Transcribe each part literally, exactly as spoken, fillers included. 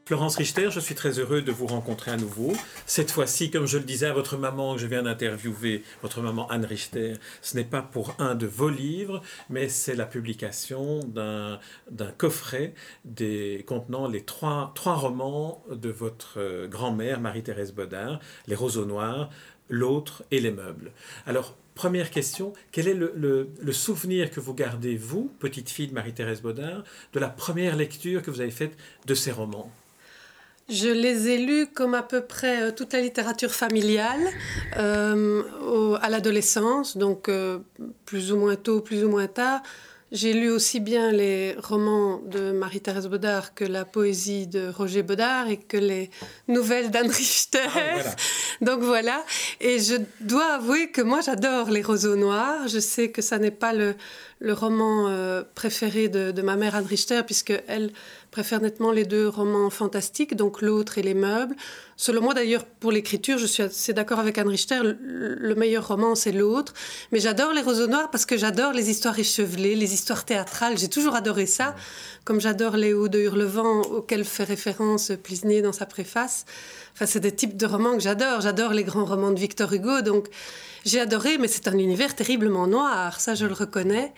Florence Richter, je suis très heureux de vous rencontrer à nouveau. Cette fois-ci, comme je le disais à votre maman que je viens d'interviewer, votre maman Anne Richter, ce n'est pas pour un de vos livres, mais c'est la publication d'un, d'un coffret des, contenant les trois, trois romans de votre grand-mère, Marie-Thérèse Bodard, Les Roseaux Noirs, L'Autre et Les Meubles. Alors, première question, quel est le, le, le souvenir que vous gardez, vous, petite fille de Marie-Thérèse Bodard, de la première lecture que vous avez faite de ces romans ? Je les ai lus comme à peu près toute la littérature familiale euh, au, à l'adolescence, donc euh, plus ou moins tôt, plus ou moins tard. J'ai lu aussi bien les romans de Marie-Thérèse Bodard que la poésie de Roger Bodard et que les nouvelles d'Anne Richter. Ah, voilà. Donc voilà. Et je dois avouer que moi, j'adore Les Roseaux Noirs. Je sais que ça n'est pas le, le roman euh, préféré de, de ma mère Anne Richter, puisqu'elle préfère nettement les deux romans fantastiques, donc L'Autre et Les Meubles. Selon moi, d'ailleurs, pour l'écriture, je suis assez d'accord avec Anne Richter, le, le meilleur roman, c'est L'Autre. Mais j'adore Les Roseaux Noirs parce que j'adore les histoires échevelées, les histoires théâtrales. J'ai toujours adoré ça, comme j'adore Les Hauts de Hurlevent, auquel fait référence Plisnier dans sa préface. Enfin, c'est des types de romans que j'adore. J'adore les grands romans de Victor Hugo, donc j'ai adoré, mais c'est un univers terriblement noir, ça je le reconnais.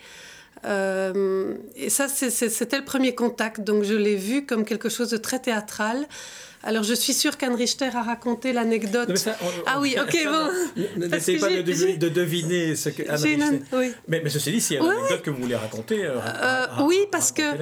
Euh, et ça, c'est, c'est, c'était le premier contact, donc je l'ai vu comme quelque chose de très théâtral. Alors, je suis sûre qu'Anne Richter a raconté l'anecdote. Non, ça, on, ah oui, ok, bon. N'essayez pas de, de, de deviner ce que Anne Richter... Une, oui. mais, mais ceci dit, s'il y a une oui, anecdote oui. que vous voulez raconter... Euh, euh, ra- oui, parce que...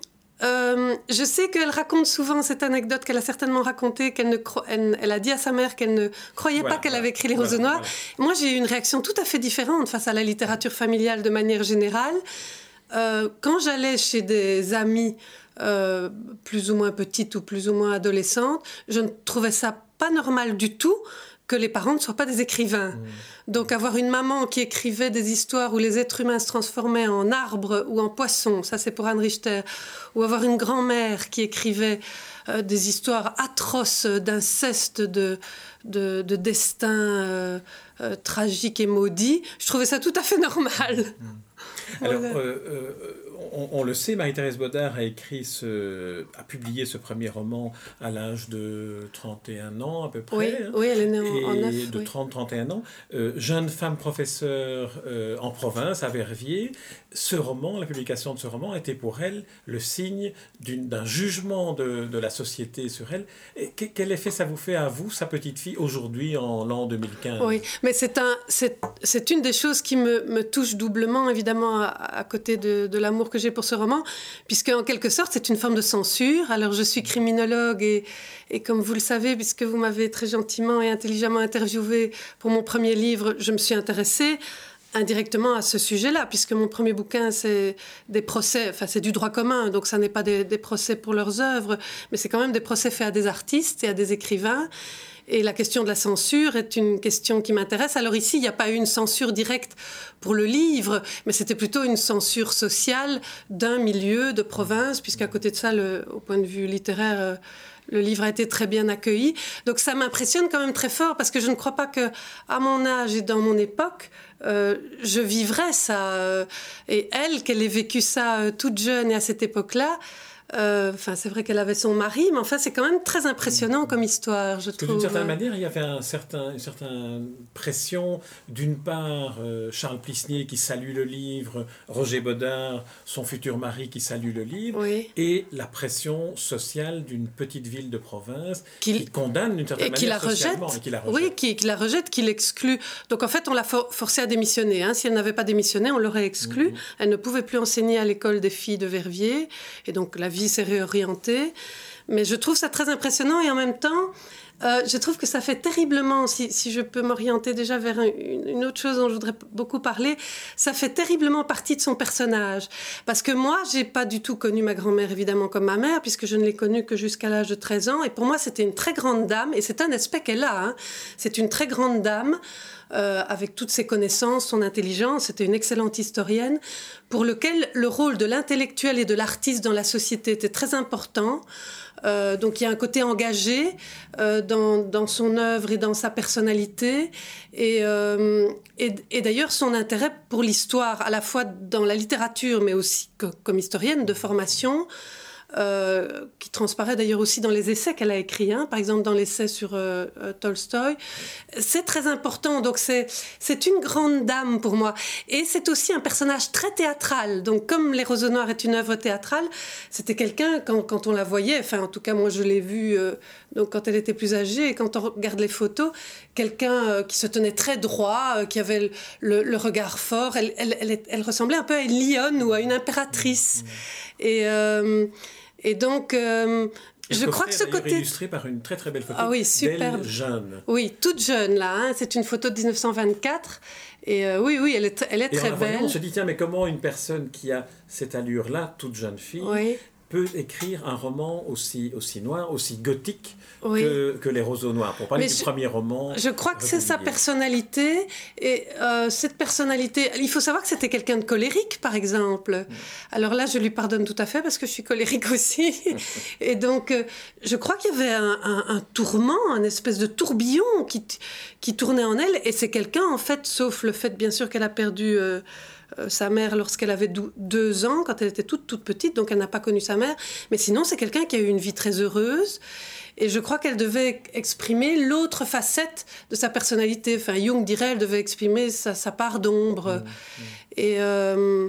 Euh, je sais qu'elle raconte souvent cette anecdote qu'elle a certainement racontée, qu'elle ne cro- elle, elle a dit à sa mère qu'elle ne croyait voilà, pas qu'elle voilà, avait écrit Les Roseaux voilà, Noirs. Voilà. Moi, j'ai eu une réaction tout à fait différente face à la littérature familiale de manière générale. Euh, quand j'allais chez des amis euh, plus ou moins petites ou plus ou moins adolescentes, je ne trouvais ça pas normal du tout que les parents ne soient pas des écrivains. Mmh. Donc avoir une maman qui écrivait des histoires où les êtres humains se transformaient en arbres ou en poissons, ça c'est pour Anne Richter, ou avoir une grand-mère qui écrivait euh, des histoires atroces d'inceste, de, de, de destin euh, euh, tragique et maudit, je trouvais ça tout à fait normal. Mmh. Alors, voilà. euh, euh, on, on le sait, Marie-Thérèse Bodard a écrit ce, a publié ce premier roman à l'âge de trente et un ans à peu près. Oui, hein, oui elle est née en, en neuf. De oui. trente à trente et un ans. Euh, jeune femme professeure euh, en province, à Verviers. Ce roman, la publication de ce roman, était pour elle le signe d'une, d'un jugement de, de la société sur elle. Et que, quel effet ça vous fait à vous, sa petite fille, aujourd'hui, en l'an deux mille quinze ? Oui, mais c'est, un, c'est, c'est une des choses qui me, me touche doublement, évidemment, à, à côté de, de l'amour que j'ai pour ce roman, puisque en quelque sorte, c'est une forme de censure. Alors, je suis criminologue et, et comme vous le savez, puisque vous m'avez très gentiment et intelligemment interviewée pour mon premier livre, je me suis intéressée indirectement à ce sujet-là, puisque mon premier bouquin, c'est des procès, enfin c'est du droit commun, donc ça n'est pas des, des procès pour leurs œuvres, mais c'est quand même des procès faits à des artistes et à des écrivains. Et la question de la censure est une question qui m'intéresse. Alors ici, il n'y a pas eu une censure directe pour le livre, mais c'était plutôt une censure sociale d'un milieu de province, puisqu'à côté de ça, le, au point de vue littéraire, le livre a été très bien accueilli. Donc ça m'impressionne quand même très fort, parce que je ne crois pas qu'à mon âge et dans mon époque, euh, je vivrais ça. Et elle, qu'elle ait vécu ça euh, toute jeune et à cette époque-là, euh, enfin, c'est vrai qu'elle avait son mari, mais enfin, c'est quand même très impressionnant comme histoire, je trouve. D'une certaine manière, il y avait un certain, une certaine pression. D'une part, euh, Charles Plisnier qui salue le livre, Roger Bodard, son futur mari qui salue le livre, oui. et la pression sociale d'une petite ville de province qui, qui condamne d'une certaine et manière qui la socialement rejette. Et qui la rejette. Oui, qui, qui la rejette, qui l'exclut. Donc en fait, on l'a for- forcée à démissionner. Hein. Si elle n'avait pas démissionné, on l'aurait exclue. Mmh. Elle ne pouvait plus enseigner à l'école des filles de Verviers, et donc la vie s'est réorientée. Mais je trouve ça très impressionnant, et en même temps, euh, je trouve que ça fait terriblement, si, si je peux m'orienter déjà vers un, une, une autre chose dont je voudrais beaucoup parler, ça fait terriblement partie de son personnage. Parce que moi, j'ai pas du tout connu ma grand-mère, évidemment, comme ma mère, puisque je ne l'ai connue que jusqu'à l'âge de treize ans. Et pour moi, c'était une très grande dame, et c'est un aspect qu'elle a. Hein. C'est une très grande dame, euh, avec toutes ses connaissances, son intelligence. C'était une excellente historienne, pour lequel le rôle de l'intellectuel et de l'artiste dans la société était très important. Euh, donc il y a un côté engagé euh, dans, dans son œuvre et dans sa personnalité, et, euh, et, et d'ailleurs son intérêt pour l'histoire, à la fois dans la littérature mais aussi que, comme historienne de formation, euh, qui transparaît d'ailleurs aussi dans les essais qu'elle a écrits, hein, par exemple dans l'essai sur euh, euh, Tolstoï. C'est très important, donc c'est, c'est une grande dame pour moi. Et c'est aussi un personnage très théâtral. Donc comme Les Roseaux Noirs est une œuvre théâtrale, c'était quelqu'un, quand, quand on la voyait, enfin en tout cas moi je l'ai vue euh, donc, quand elle était plus âgée, et quand on regarde les photos, quelqu'un euh, qui se tenait très droit, euh, qui avait le, le, le regard fort, elle, elle, elle, elle ressemblait un peu à une lionne ou à une impératrice. Mmh. Et, euh, et donc... Euh, Je crois que ce côté illustré par une très très belle photo. Ah oui, superbe. D'elle jeune. Oui, toute jeune là. Hein. C'est une photo de dix-neuf cent vingt-quatre. Et euh, oui, oui, elle est, elle est et très en belle. Voyant, on se dit tiens, mais comment une personne qui a cette allure-là, toute jeune fille, oui. peut écrire un roman aussi aussi noir, aussi gothique oui. que, que Les Roseaux Noirs. Pour parler mais du je, premier roman. Je crois que c'est sa personnalité. Et euh, cette personnalité, il faut savoir que c'était quelqu'un de colérique, par exemple. Mm. Alors là, je lui pardonne tout à fait parce que je suis colérique aussi. Et donc, euh, je crois qu'il y avait un, un, un tourment, un espèce de tourbillon qui, qui tournait en elle. Et c'est quelqu'un, en fait, sauf le fait, bien sûr, qu'elle a perdu... Euh, Euh, sa mère lorsqu'elle avait dou- deux ans, quand elle était toute, toute petite, donc elle n'a pas connu sa mère. Mais sinon, c'est quelqu'un qui a eu une vie très heureuse. Et je crois qu'elle devait exprimer l'autre facette de sa personnalité. Enfin, Jung dirait, elle devait exprimer sa, sa part d'ombre. Mmh, mmh. Et euh,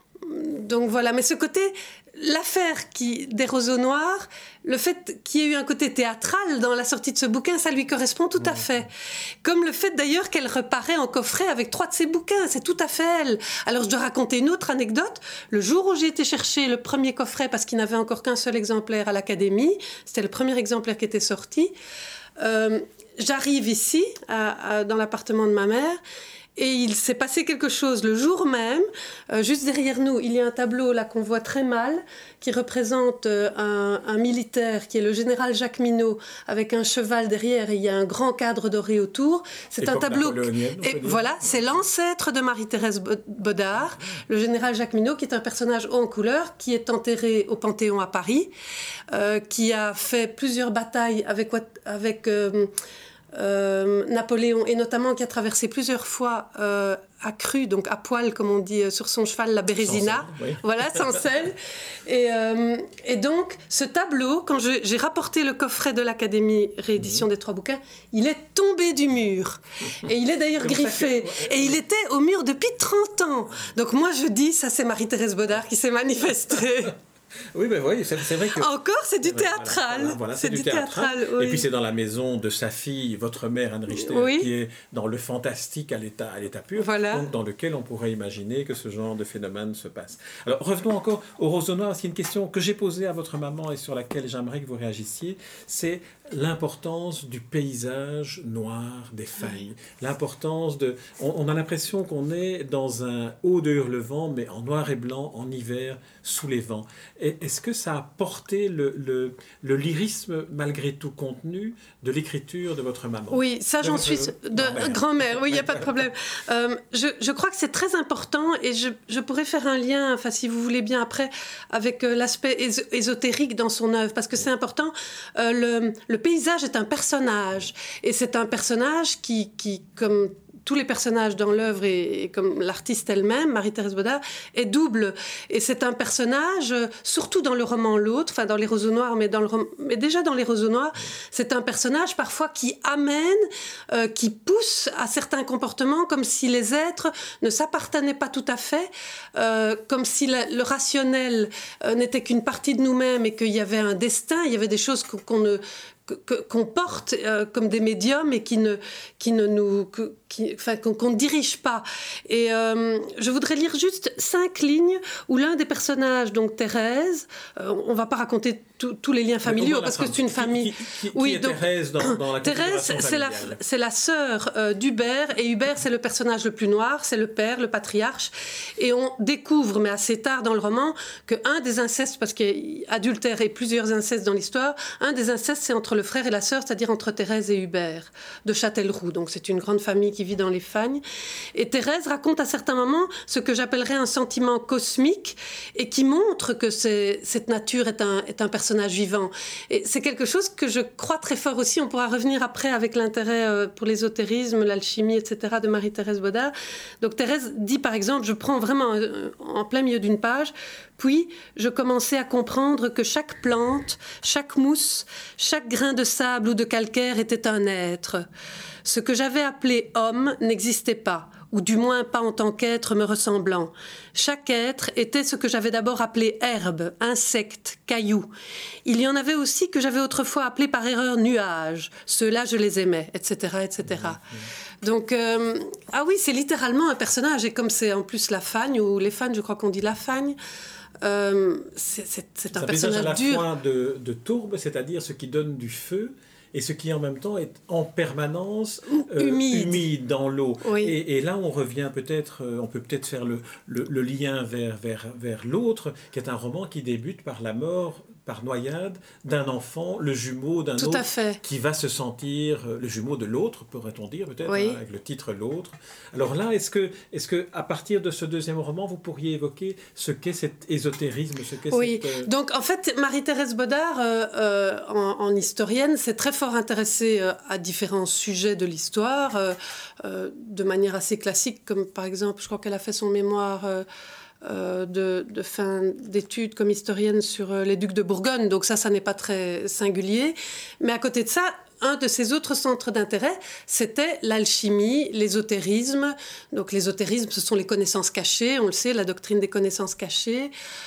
donc voilà. Mais ce côté... L'affaire qui, des Roseaux Noirs, le fait qu'il y ait eu un côté théâtral dans la sortie de ce bouquin, ça lui correspond tout à fait. Comme le fait d'ailleurs qu'elle reparaît en coffret avec trois de ses bouquins, c'est tout à fait elle. Alors je dois raconter une autre anecdote. Le jour où j'ai été chercher le premier coffret, parce qu'il n'avait encore qu'un seul exemplaire à l'Académie, c'était le premier exemplaire qui était sorti, euh, j'arrive ici, à, à, dans l'appartement de ma mère, et il s'est passé quelque chose le jour même. Euh, juste derrière nous, il y a un tableau là qu'on voit très mal, qui représente euh, un, un militaire qui est le général Jacques Minot, avec un cheval derrière, et il y a un grand cadre doré autour. C'est Époque un tableau... Et voilà, c'est l'ancêtre de Marie-Thérèse Bodard, le général Jacques Minot, qui est un personnage haut en couleur, qui est enterré au Panthéon à Paris, euh, qui a fait plusieurs batailles avec... avec euh, Euh, Napoléon, et notamment qui a traversé plusieurs fois euh, à cru, donc à poil, comme on dit, euh, sur son cheval, la Bérésina. Sans oui. Voilà, sans selle. Et, euh, et donc, ce tableau, quand je, j'ai rapporté le coffret de l'Académie, réédition mmh. des trois bouquins, il est tombé du mur. Et il est d'ailleurs griffé. Que... Et il était au mur depuis trente ans. Donc moi, je dis, ça c'est Marie-Thérèse Bodard qui s'est manifestée. Oui, ben oui, c'est, c'est vrai que... Encore, c'est du théâtral. Voilà, voilà, c'est, c'est du théâtral. théâtral oui. Et puis c'est dans la maison de sa fille, votre mère, Anne Richter, oui. qui est dans le fantastique à l'état, à l'état pur, voilà. donc dans lequel on pourrait imaginer que ce genre de phénomène se passe. Alors, revenons encore aux Roseaux Noirs. C'est une question que j'ai posée à votre maman et sur laquelle j'aimerais que vous réagissiez. C'est l'importance du paysage noir des failles. L'importance de... On, on a l'impression qu'on est dans un haut de hurlevent, mais en noir et blanc, en hiver, sous les vents. Et est-ce que ça a porté le, le, le lyrisme, malgré tout contenu, de l'écriture de votre maman ? Oui, ça j'en suis... De grand-mère, grand-mère oui, il n'y a pas de problème. Euh, je, je crois que c'est très important, et je, je pourrais faire un lien, enfin, si vous voulez bien après, avec l'aspect és- ésotérique dans son œuvre, parce que c'est important. Euh, le, le paysage est un personnage, et c'est un personnage qui, qui comme... tous les personnages dans l'œuvre et, et comme l'artiste elle-même, Marie-Thérèse Bodard, est double. Et c'est un personnage, surtout dans le roman L'Autre, enfin dans Les Roseaux Noirs, mais, dans le rom- mais déjà dans Les Roseaux Noirs, c'est un personnage parfois qui amène, euh, qui pousse à certains comportements comme si les êtres ne s'appartenaient pas tout à fait, euh, comme si la, le rationnel euh, n'était qu'une partie de nous-mêmes et qu'il y avait un destin, il y avait des choses qu'on, qu'on ne... Que, qu'on porte euh, comme des médiums et qui ne, qui ne nous, que, qui, enfin, qu'on, qu'on ne dirige pas. Et euh, je voudrais lire juste cinq lignes où l'un des personnages, donc Thérèse, euh, on ne va pas raconter tous les liens familiaux parce que c'est une famille. Qui, qui, qui oui, est donc, Thérèse dans, dans la Thérèse, c'est la, c'est la sœur euh, d'Hubert, et Hubert, c'est le personnage le plus noir, c'est le père, le patriarche. Et on découvre, mais assez tard dans le roman, qu'un des incestes, parce qu'il y a adultère et plusieurs incestes dans l'histoire, un des incestes, c'est entre le frère et la sœur, c'est-à-dire entre Thérèse et Hubert, de Châtellerault. Donc c'est une grande famille qui vit dans les Fagnes. Et Thérèse raconte à certains moments ce que j'appellerais un sentiment cosmique, et qui montre que c'est, cette nature est un, est un personnage vivant. Et c'est quelque chose que je crois très fort aussi. On pourra revenir après avec l'intérêt euh, pour l'ésotérisme, l'alchimie, et cetera de Marie-Thérèse Bodard. Donc Thérèse dit par exemple, je prends vraiment euh, en plein milieu d'une page, Puis, je commençais à comprendre que chaque plante, chaque mousse, chaque grain de sable ou de calcaire était un être. Ce que j'avais appelé homme n'existait pas, ou du moins pas en tant qu'être me ressemblant. Chaque être était ce que j'avais d'abord appelé herbe, insecte, caillou. Il y en avait aussi que j'avais autrefois appelé par erreur nuage. Ceux-là, je les aimais, et cetera, et cetera. Donc, euh, ah oui, c'est littéralement un personnage. Et comme c'est en plus la fagne, ou les fagnes, je crois qu'on dit la fagne, euh, c'est, c'est, c'est un ça personnage à la dur. fois de, de tourbe, c'est-à-dire ce qui donne du feu, et ce qui en même temps est en permanence euh, humide. humide dans l'eau. Oui. Et, et là, on revient peut-être, euh, on peut peut-être faire le, le, le lien vers, vers, vers l'autre, qui est un roman qui débute par la mort, par noyade, d'un enfant, le jumeau d'un Tout autre, à fait. qui va se sentir, euh, le jumeau de l'autre, pourrait-on dire peut-être, oui. hein, avec le titre L'autre. Alors là, est-ce que, est-ce que à partir de ce deuxième roman, vous pourriez évoquer ce qu'est cet ésotérisme, ce qu'est Oui, cette, euh... donc en fait, Marie-Thérèse Bodard, euh, euh, en, en historienne, s'est très fort intéressée euh, à différents sujets de l'histoire, euh, euh, de manière assez classique, comme par exemple, je crois qu'elle a fait son mémoire euh, euh, de, de fin d'études comme historienne sur euh, les ducs de Bourgogne, donc ça, ça n'est pas très singulier. Mais à côté de ça, un de ses autres centres d'intérêt, c'était l'alchimie, l'ésotérisme. Donc l'ésotérisme, ce sont les connaissances cachées, on le sait, la doctrine des connaissances cachées.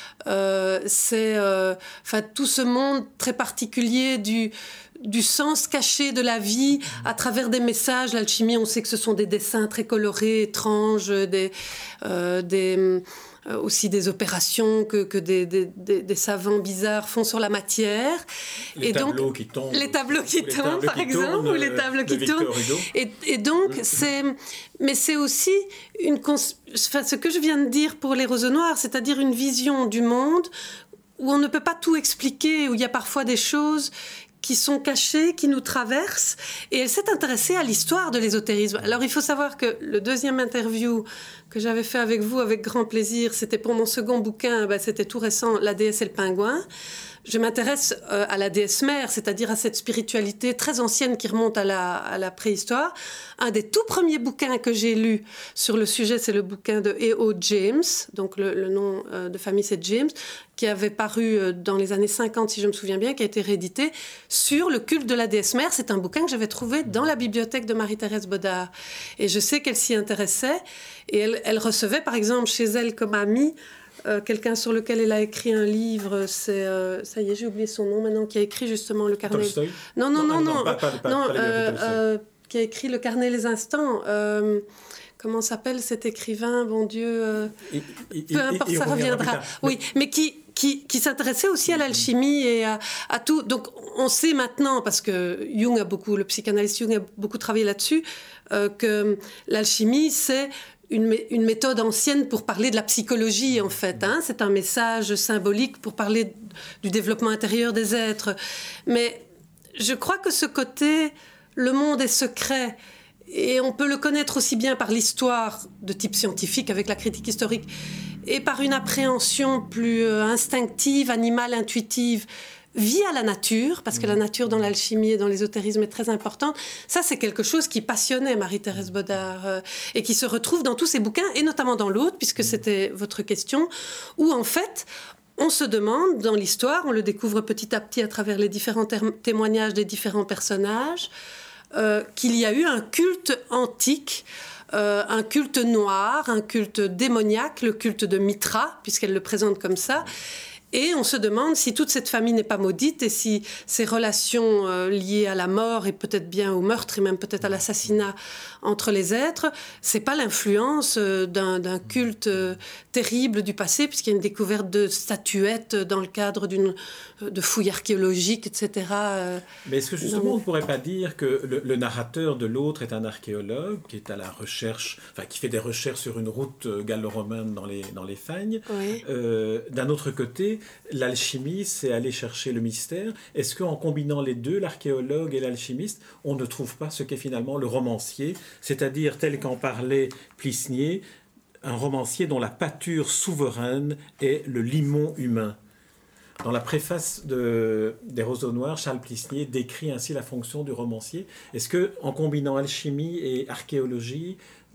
Euh, c'est euh, enfin, tout ce monde très particulier du, du sens caché de la vie à travers des messages. L'alchimie, on sait que ce sont des dessins très colorés, étranges, des... Euh, des aussi des opérations que, que des, des, des, des savants bizarres font sur la matière. Les et tableaux donc, qui tombent. Les tableaux qui les tombent, tableaux par qui exemple, tournent, ou les tableaux qui tournent. Et, et donc, c'est... Mais c'est aussi une... Cons... Enfin, ce que je viens de dire pour les Roses Noires, c'est-à-dire une vision du monde où on ne peut pas tout expliquer, où il y a parfois des choses qui sont cachées, qui nous traversent. Et elle s'est intéressée à l'histoire de l'ésotérisme. Alors, il faut savoir que le deuxième interview que j'avais fait avec vous, avec grand plaisir, c'était pour mon second bouquin, ben, c'était tout récent, La déesse et le pingouin. Je m'intéresse euh, à la déesse mère, c'est-à-dire à cette spiritualité très ancienne qui remonte à la, à la préhistoire. Un des tout premiers bouquins que j'ai lus sur le sujet, c'est le bouquin de E O James, donc le, le nom euh, de famille c'est James, qui avait paru euh, dans les années cinquante, si je me souviens bien, qui a été réédité sur le culte de la déesse mère. C'est un bouquin que j'avais trouvé dans la bibliothèque de Marie-Thérèse Bodard. Et je sais qu'elle s'y intéressait, et elle, elle recevait, par exemple, chez elle comme amie, Euh, quelqu'un sur lequel elle a écrit un livre, c'est, euh, ça y est, j'ai oublié son nom maintenant, qui a écrit justement le carnet... Tolstoï ? Non, non, non, non, non, pas, pas, pas, non pas euh, euh, qui a écrit le carnet Les Instants. Euh, comment s'appelle cet écrivain, bon Dieu euh, et, et, peu importe, et, ça reviendra. Oui, mais qui, qui, qui s'intéressait aussi à l'alchimie et à, à tout. Donc, on sait maintenant, parce que Jung a beaucoup, le psychanalyste Jung a beaucoup travaillé là-dessus, euh, que l'alchimie, c'est Une, une méthode ancienne pour parler de la psychologie, en fait. Hein. C'est un message symbolique pour parler du développement intérieur des êtres. Mais je crois que ce côté, le monde est secret, et on peut le connaître aussi bien par l'histoire de type scientifique, avec la critique historique, et par une appréhension plus instinctive, animale, intuitive, via la nature, parce que la nature dans l'alchimie et dans l'ésotérisme est très importante. Ça, c'est quelque chose qui passionnait Marie-Thérèse Bodard euh, et qui se retrouve dans tous ses bouquins, et notamment dans l'autre, puisque c'était votre question, où en fait, on se demande, dans l'histoire, on le découvre petit à petit à travers les différents témoignages des différents personnages, euh, qu'il y a eu un culte antique, euh, un culte noir, un culte démoniaque, le culte de Mitra, puisqu'elle le présente comme ça. Et on se demande si toute cette famille n'est pas maudite et si ces relations euh, liées à la mort et peut-être bien au meurtre et même peut-être à l'assassinat entre les êtres, c'est pas l'influence euh, d'un, d'un culte euh, terrible du passé, puisqu'il y a une découverte de statuettes dans le cadre d'une, de fouilles archéologiques, et cetera. Euh, Mais est-ce que justement dans... on ne pourrait pas dire que le, le narrateur de l'autre est un archéologue qui est à la recherche, enfin qui fait des recherches sur une route gallo-romaine dans les, dans les Fagnes. Oui. Euh, d'un autre côté, l'alchimie, c'est aller chercher le mystère. Est-ce qu'en combinant les deux, l'archéologue et l'alchimiste, on ne trouve pas ce qu'est finalement le romancier, c'est-à-dire tel qu'en parlait Plisnier, un romancier dont la pâture souveraine est le limon humain. Dans la préface de, des Roseaux Noirs, Charles Plisnier décrit ainsi la fonction du romancier. Est-ce qu'en combinant alchimie et archéologie,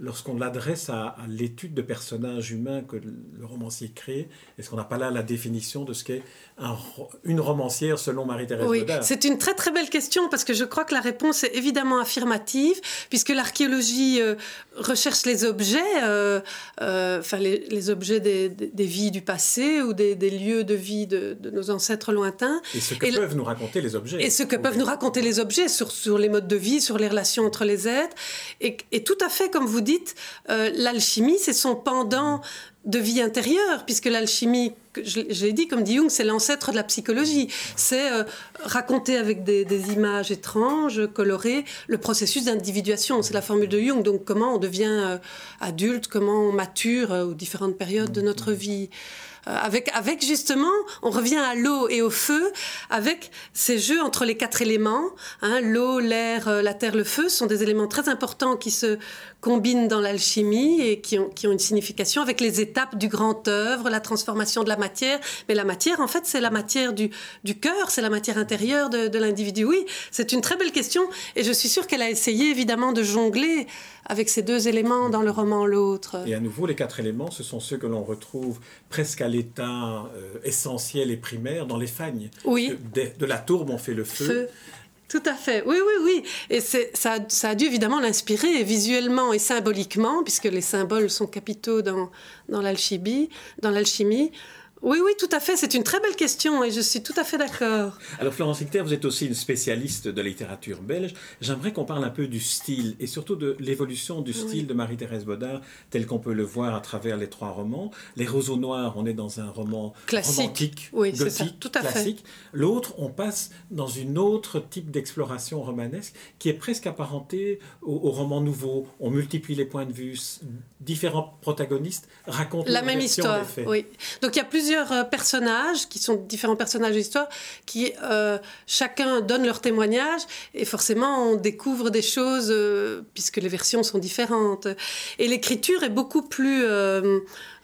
lorsqu'on l'adresse à, à l'étude de personnages humains que le romancier crée, est-ce qu'on n'a pas là la définition de ce qu'est un, une romancière selon Marie-Thérèse Oui, Bodard? C'est une très très belle question parce que je crois que la réponse est évidemment affirmative puisque l'archéologie euh, recherche les objets, euh, euh, enfin les, les objets des, des, des vies du passé ou des, des lieux de vie de, de nos ancêtres lointains. Et ce que et peuvent le, nous raconter les objets. Et ce que peuvent nous raconter les objets sur, sur les modes de vie, sur les relations entre les êtres. Et, et tout à fait, comme vous dites, euh, l'alchimie, c'est son pendant de vie intérieure, puisque l'alchimie, je, je l'ai dit, comme dit Jung, c'est l'ancêtre de la psychologie. C'est euh, raconter avec des, des images étranges, colorées, le processus d'individuation. C'est la formule de Jung. Donc, comment on devient euh, adulte, comment on mature euh, aux différentes périodes de notre vie. Euh, avec, avec justement, on revient à l'eau et au feu, avec ces jeux entre les quatre éléments. Hein, l'eau, l'air, euh, la terre, le feu sont des éléments très importants qui se combinent dans l'alchimie et qui ont, qui ont une signification avec les étapes du grand œuvre, la transformation de la matière. Mais la matière, en fait, c'est la matière du, du cœur, c'est la matière intérieure de, de l'individu. Oui, c'est une très belle question et je suis sûre qu'elle a essayé évidemment de jongler avec ces deux éléments dans le roman L'autre. Et à nouveau, les quatre éléments, ce sont ceux que l'on retrouve presque à l'état euh, essentiel et primaire dans les fagnes. Oui. De, de la tourbe, on fait le feu. feu. Tout à fait, oui, oui, oui. Et c'est, ça, ça a dû évidemment l'inspirer visuellement et symboliquement, puisque les symboles sont capitaux dans, dans l'alchimie, dans l'alchimie. Oui, oui, tout à fait. C'est une très belle question et je suis tout à fait d'accord. Alors, Florence Richter, vous êtes aussi une spécialiste de la littérature belge. J'aimerais qu'on parle un peu du style et surtout de l'évolution du style oui. de Marie-Thérèse Bodard, tel qu'on peut le voir à travers les trois romans. Les Roseaux Noirs, on est dans un roman classique. romantique, oui, gothique, c'est ça. Tout à classique. Fait. L'autre, on passe dans une autre type d'exploration romanesque qui est presque apparentée au, au roman nouveau. On multiplie les points de vue, différents protagonistes racontent la même histoire. Oui. Donc, il y a plusieurs personnages qui sont différents personnages de l'histoire qui euh, chacun donne leur témoignage et forcément on découvre des choses euh, puisque les versions sont différentes et l'écriture est beaucoup plus euh,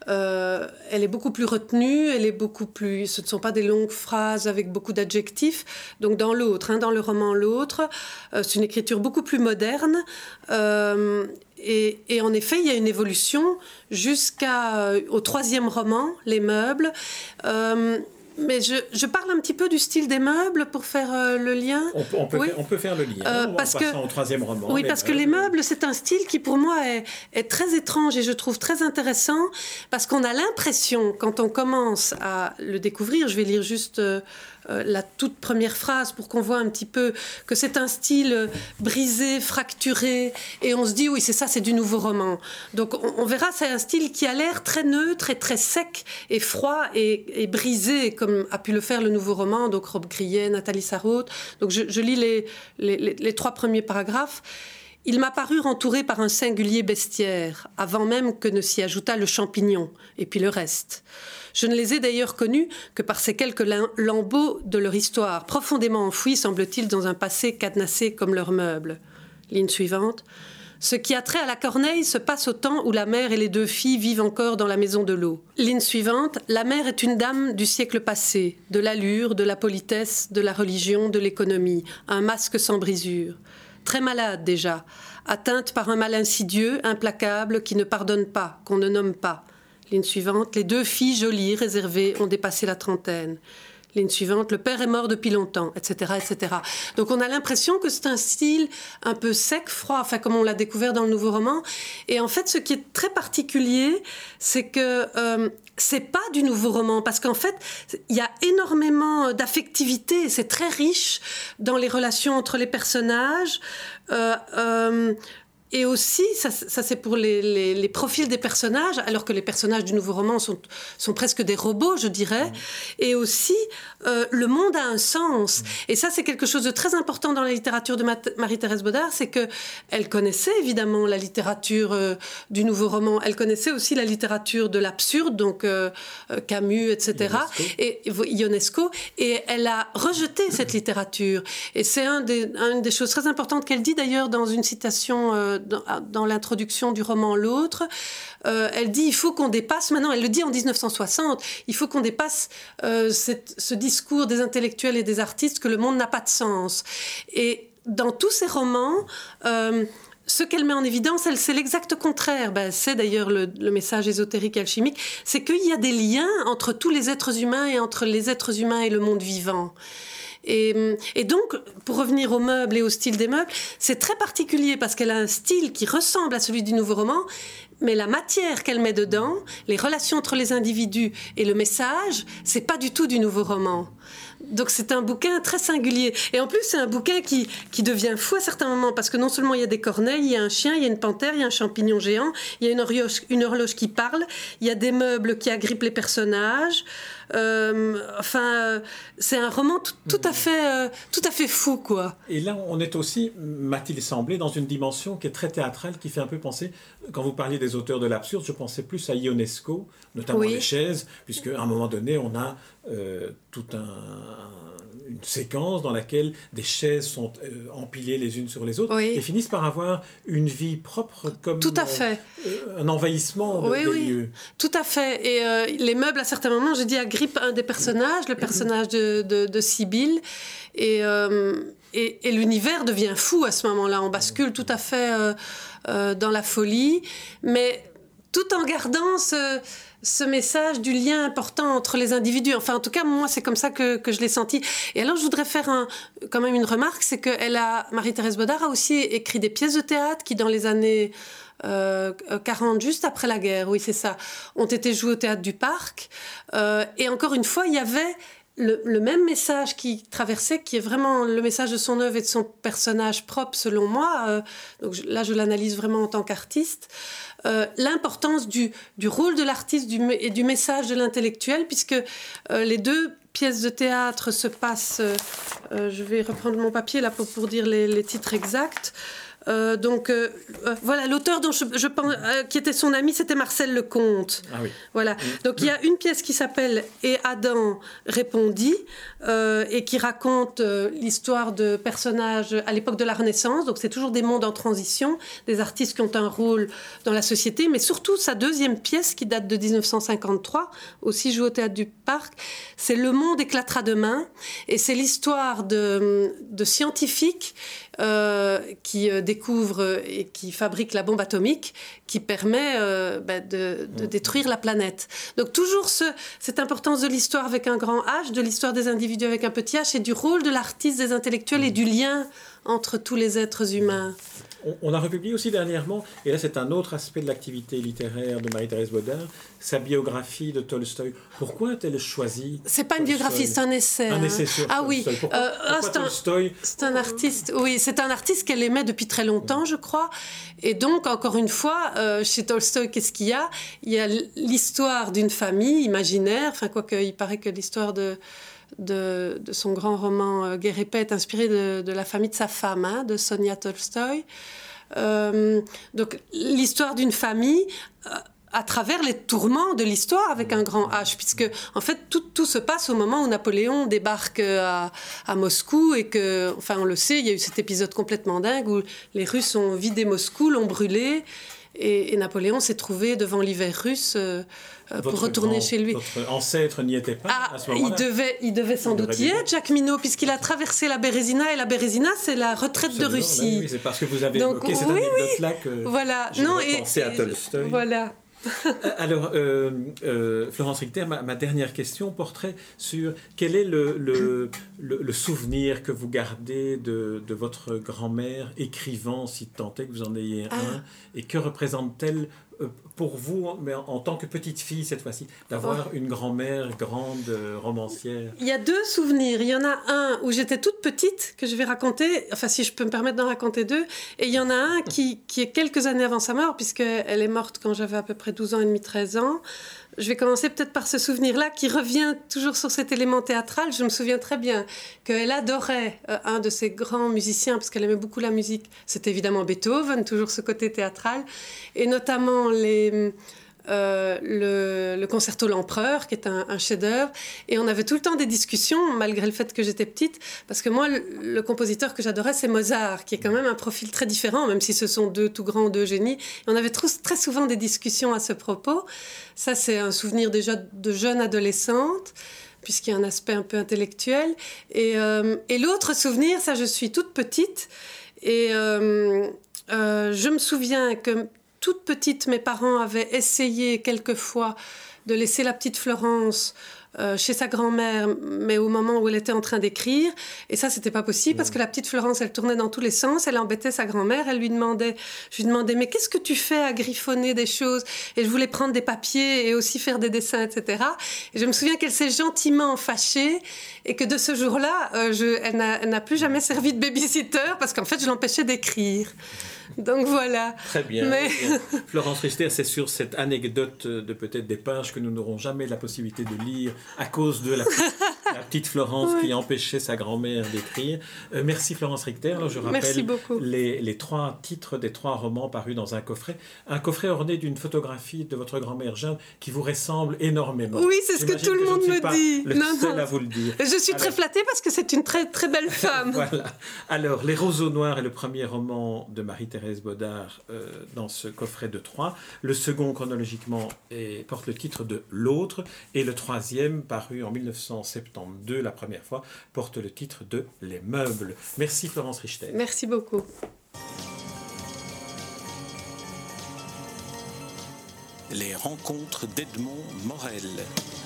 euh, elle est beaucoup plus retenue, elle est beaucoup plus, ce ne sont pas des longues phrases avec beaucoup d'adjectifs. Donc dans l'autre, hein, dans le roman L'autre, euh, c'est une écriture beaucoup plus moderne. Euh, Et, et en effet, il y a une évolution jusqu'au troisième roman, Les Meubles. Euh, mais je, je parle un petit peu du style des meubles pour faire euh, le lien. On, on, peut, oui. faire, on peut faire le lien euh, en parce passant que, au troisième roman. Oui, parce meubles. que les meubles, c'est un style qui pour moi est, est très étrange et je trouve très intéressant parce qu'on a l'impression, quand on commence à le découvrir, je vais lire juste... Euh, Euh, la toute première phrase pour qu'on voit un petit peu que c'est un style euh, brisé, fracturé et on se dit oui c'est ça, c'est du nouveau roman. Donc on, on verra, c'est un style qui a l'air très neutre et très sec et froid et, et brisé comme a pu le faire le nouveau roman, donc Rob Grillet, Nathalie Sarraute. Donc je, je lis les, les, les, les trois premiers paragraphes. Ils m'apparurent entourés par un singulier bestiaire, avant même que ne s'y ajoutât le champignon, et puis le reste. Je ne les ai d'ailleurs connus que par ces quelques lambeaux de leur histoire, profondément enfouis, semble-t-il, dans un passé cadenassé comme leurs meubles. Ligne suivante. Ce qui a trait à la Corneille se passe au temps où la mère et les deux filles vivent encore dans la maison de l'eau. Ligne suivante. La mère est une dame du siècle passé, de l'allure, de la politesse, de la religion, de l'économie, un masque sans brisure. Très malade déjà, atteinte par un mal insidieux, implacable, qui ne pardonne pas, qu'on ne nomme pas. Ligne suivante, les deux filles jolies, réservées, ont dépassé la trentaine. Ligne suivante, le père est mort depuis longtemps, et cetera, et cetera. Donc on a l'impression que c'est un style un peu sec, froid, enfin comme on l'a découvert dans le nouveau roman. Et en fait, ce qui est très particulier, c'est que euh, c'est pas du nouveau roman, parce qu'en fait, il y a énormément d'affectivité, c'est très riche dans les relations entre les personnages. Euh, euh, Et aussi, ça, ça c'est pour les, les, les profils des personnages, alors que les personnages du nouveau roman sont, sont presque des robots, je dirais. Mmh. Et aussi, euh, le monde a un sens. Mmh. Et ça, c'est quelque chose de très important dans la littérature de Marie-Thérèse Bodard, c'est qu'elle connaissait évidemment la littérature euh, du nouveau roman. Elle connaissait aussi la littérature de l'absurde, donc euh, Camus, et cetera. Ionesco. Et Ionesco. Et elle a rejeté cette littérature. Et c'est un des, une des choses très importantes qu'elle dit d'ailleurs dans une citation... Euh, Dans, dans l'introduction du roman L'autre, euh, elle dit il faut qu'on dépasse, maintenant elle le dit en dix-neuf cent soixante, il faut qu'on dépasse euh, cette, ce discours des intellectuels et des artistes que le monde n'a pas de sens. Et dans tous ces romans, euh, ce qu'elle met en évidence, elle, c'est l'exact contraire. Ben, c'est d'ailleurs le, le message ésotérique et alchimique, c'est qu'il y a des liens entre tous les êtres humains et entre les êtres humains et le monde vivant. Et, et donc, pour revenir aux meubles et au style des meubles, c'est très particulier parce qu'elle a un style qui ressemble à celui du nouveau roman, mais la matière qu'elle met dedans, les relations entre les individus et le message, c'est pas du tout du nouveau roman. Donc c'est un bouquin très singulier. Et en plus, c'est un bouquin qui, qui devient fou à certains moments, parce que non seulement il y a des corneilles, il y a un chien, il y a une panthère, il y a un champignon géant, il y a une horloge, une horloge qui parle, il y a des meubles qui agrippent les personnages. Euh, enfin, c'est un roman tout, tout, à fait, euh, tout à fait fou, quoi. Et là, on est aussi, m'a-t-il semblé, dans une dimension qui est très théâtrale, qui fait un peu penser, quand vous parliez des auteurs de l'absurde, je pensais plus à Ionesco, notamment oui. les chaises, puisqu'à un moment donné, on a euh, tout un... une séquence dans laquelle des chaises sont euh, empilées les unes sur les autres oui. et finissent par avoir une vie propre comme Tout à fait. Euh, un envahissement de, oui, des oui. lieux. Tout à fait. Et euh, les meubles, à certains moments, j'ai dit, agrippent un des personnages, le personnage de, de, de Sibylle. Et, euh, et, et l'univers devient fou à ce moment-là. On bascule tout à fait euh, euh, dans la folie, mais tout en gardant ce... ce message du lien important entre les individus. Enfin, en tout cas, moi, c'est comme ça que, que je l'ai senti. Et alors, je voudrais faire un, quand même une remarque, c'est que elle a, Marie-Thérèse Bodard a aussi écrit des pièces de théâtre qui, dans les années euh, quarante, juste après la guerre, oui, c'est ça, ont été jouées au Théâtre du Parc. Euh, et encore une fois, il y avait le, le même message qui traversait, qui est vraiment le message de son œuvre et de son personnage propre, selon moi. Euh, donc là, je l'analyse vraiment en tant qu'artiste. Euh, l'importance du, du rôle de l'artiste du, et du message de l'intellectuel, puisque euh, les deux pièces de théâtre se passent... Euh, euh, je vais reprendre mon papier là pour, pour dire les, les titres exacts. Euh, donc euh, euh, voilà, l'auteur dont je, je pense, euh, qui était son ami, c'était Marcel Lecomte. Ah oui. Voilà. Donc il y a une pièce qui s'appelle Et Adam répondit euh, et qui raconte euh, l'histoire de personnages à l'époque de la Renaissance. Donc c'est toujours des mondes en transition, des artistes qui ont un rôle dans la société, mais surtout sa deuxième pièce qui date de dix-neuf cent cinquante-trois, aussi jouée au Théâtre du Parc, c'est Le monde éclatera demain, et c'est l'histoire de, de scientifiques Euh, qui euh, découvre et qui fabrique la bombe atomique qui permet euh, bah, de, de détruire la planète. Donc toujours ce, cette importance de l'histoire avec un grand H, de l'histoire des individus avec un petit H, et du rôle de l'artiste, des intellectuels et du lien entre tous les êtres humains. On a republié aussi dernièrement, et là c'est un autre aspect de l'activité littéraire de Marie-Thérèse Bodard, sa biographie de Tolstoï. Pourquoi a-t-elle choisi C'est pas une biographie, c'est un essai. Un hein. essai sur ah Tolstoï. oui, Pourquoi, euh, pourquoi c'est, un, Tolstoï c'est un artiste. Oui, c'est un artiste qu'elle aimait depuis très longtemps, je crois. Et donc, encore une fois, euh, chez Tolstoï, qu'est-ce qu'il y a ? Il y a l'histoire d'une famille imaginaire. Enfin, quoique, il paraît que l'histoire de De, de son grand roman euh, Guerre et paix est inspirée de, de la famille de sa femme, hein, de Sonia Tolstoï. Euh, donc l'histoire d'une famille euh, à travers les tourments de l'histoire avec un grand H, puisque en fait tout, tout se passe au moment où Napoléon débarque à, à Moscou et que, enfin on le sait, il y a eu cet épisode complètement dingue où les Russes ont vidé Moscou, l'ont brûlé. Et, et Napoléon s'est trouvé devant l'hiver russe euh, pour retourner grand, chez lui. Votre ancêtre n'y était pas ah, à ce moment-là. Il devait, il devait sans il doute y être, Jacques Minot, puisqu'il a traversé la Bérésina. Et la Bérésina, c'est la retraite Absolument, de Russie. Oui, c'est parce que vous avez Donc, évoqué cette oui, anecdote-là oui. que voilà. j'ai non, repensé et, à Tolstoï. Voilà. Alors, euh, euh, Florence Richter, ma, ma dernière question porterait sur quel est le, le, le, le souvenir que vous gardez de, de votre grand-mère écrivant, si tant est que vous en ayez un, ah. et que représente-t-elle euh, pour vous, mais en, en tant que petite fille cette fois-ci, d'avoir oh. une grand-mère grande euh, romancière? Il y a deux souvenirs. Il y en a un où j'étais toute petite, que je vais raconter, enfin si je peux me permettre d'en raconter deux, et il y en a un qui, qui est quelques années avant sa mort, puisqu'elle est morte quand j'avais à peu près douze ans et demi, treize ans. Je vais commencer peut-être par ce souvenir-là qui revient toujours sur cet élément théâtral. Je me souviens très bien qu'elle adorait euh, un de ses grands musiciens, parce qu'elle aimait beaucoup la musique. C'était évidemment Beethoven, toujours ce côté théâtral, et notamment les... Euh, le, le concerto L'Empereur, qui est un, un chef-d'œuvre, et on avait tout le temps des discussions, malgré le fait que j'étais petite, parce que moi, le, le compositeur que j'adorais, c'est Mozart, qui est quand même un profil très différent, même si ce sont deux tout grands, deux génies. Et on avait trop, très souvent des discussions à ce propos. Ça, c'est un souvenir déjà de jeune adolescente, puisqu'il y a un aspect un peu intellectuel. Et, euh, et l'autre souvenir, ça, je suis toute petite, et... Euh, Euh, je me souviens que toute petite, mes parents avaient essayé quelquefois de laisser la petite Florence Euh, chez sa grand-mère, mais au moment où elle était en train d'écrire. Et ça, c'était pas possible mmh. parce que la petite Florence, elle tournait dans tous les sens, elle embêtait sa grand-mère, elle lui demandait, je lui demandais, mais qu'est-ce que tu fais à griffonner des choses? Et je voulais prendre des papiers et aussi faire des dessins, et cetera. Et je me souviens qu'elle s'est gentiment fâchée et que de ce jour-là, euh, je, elle, n'a, elle n'a plus jamais servi de babysitter parce qu'en fait, je l'empêchais d'écrire. Donc voilà. Très bien. Mais... bien. Florence Richter, c'est sur cette anecdote de peut-être des pages que nous n'aurons jamais la possibilité de lire à cause de la, la petite Florence oui. qui empêchait sa grand-mère d'écrire. Euh, merci Florence Richter. Alors, je rappelle les, les trois titres des trois romans parus dans un coffret. Un coffret orné d'une photographie de votre grand-mère Jeanne qui vous ressemble énormément. Oui, c'est ce J'imagine que tout le monde me dit. Le non, seul non. à vous le dire. Je suis Alors... très flattée parce que c'est une très, très belle femme. Voilà. Alors, Les Roseaux Noirs est le premier roman de Marie-Thérèse Bodard euh, dans ce coffret de trois. Le second, chronologiquement, est, porte le titre de L'Autre. Et le troisième, paru en dix-neuf cent soixante-douze, la première fois, porte le titre de Les Meubles. Merci Florence Richter. Merci beaucoup. Les rencontres d'Edmond Morel.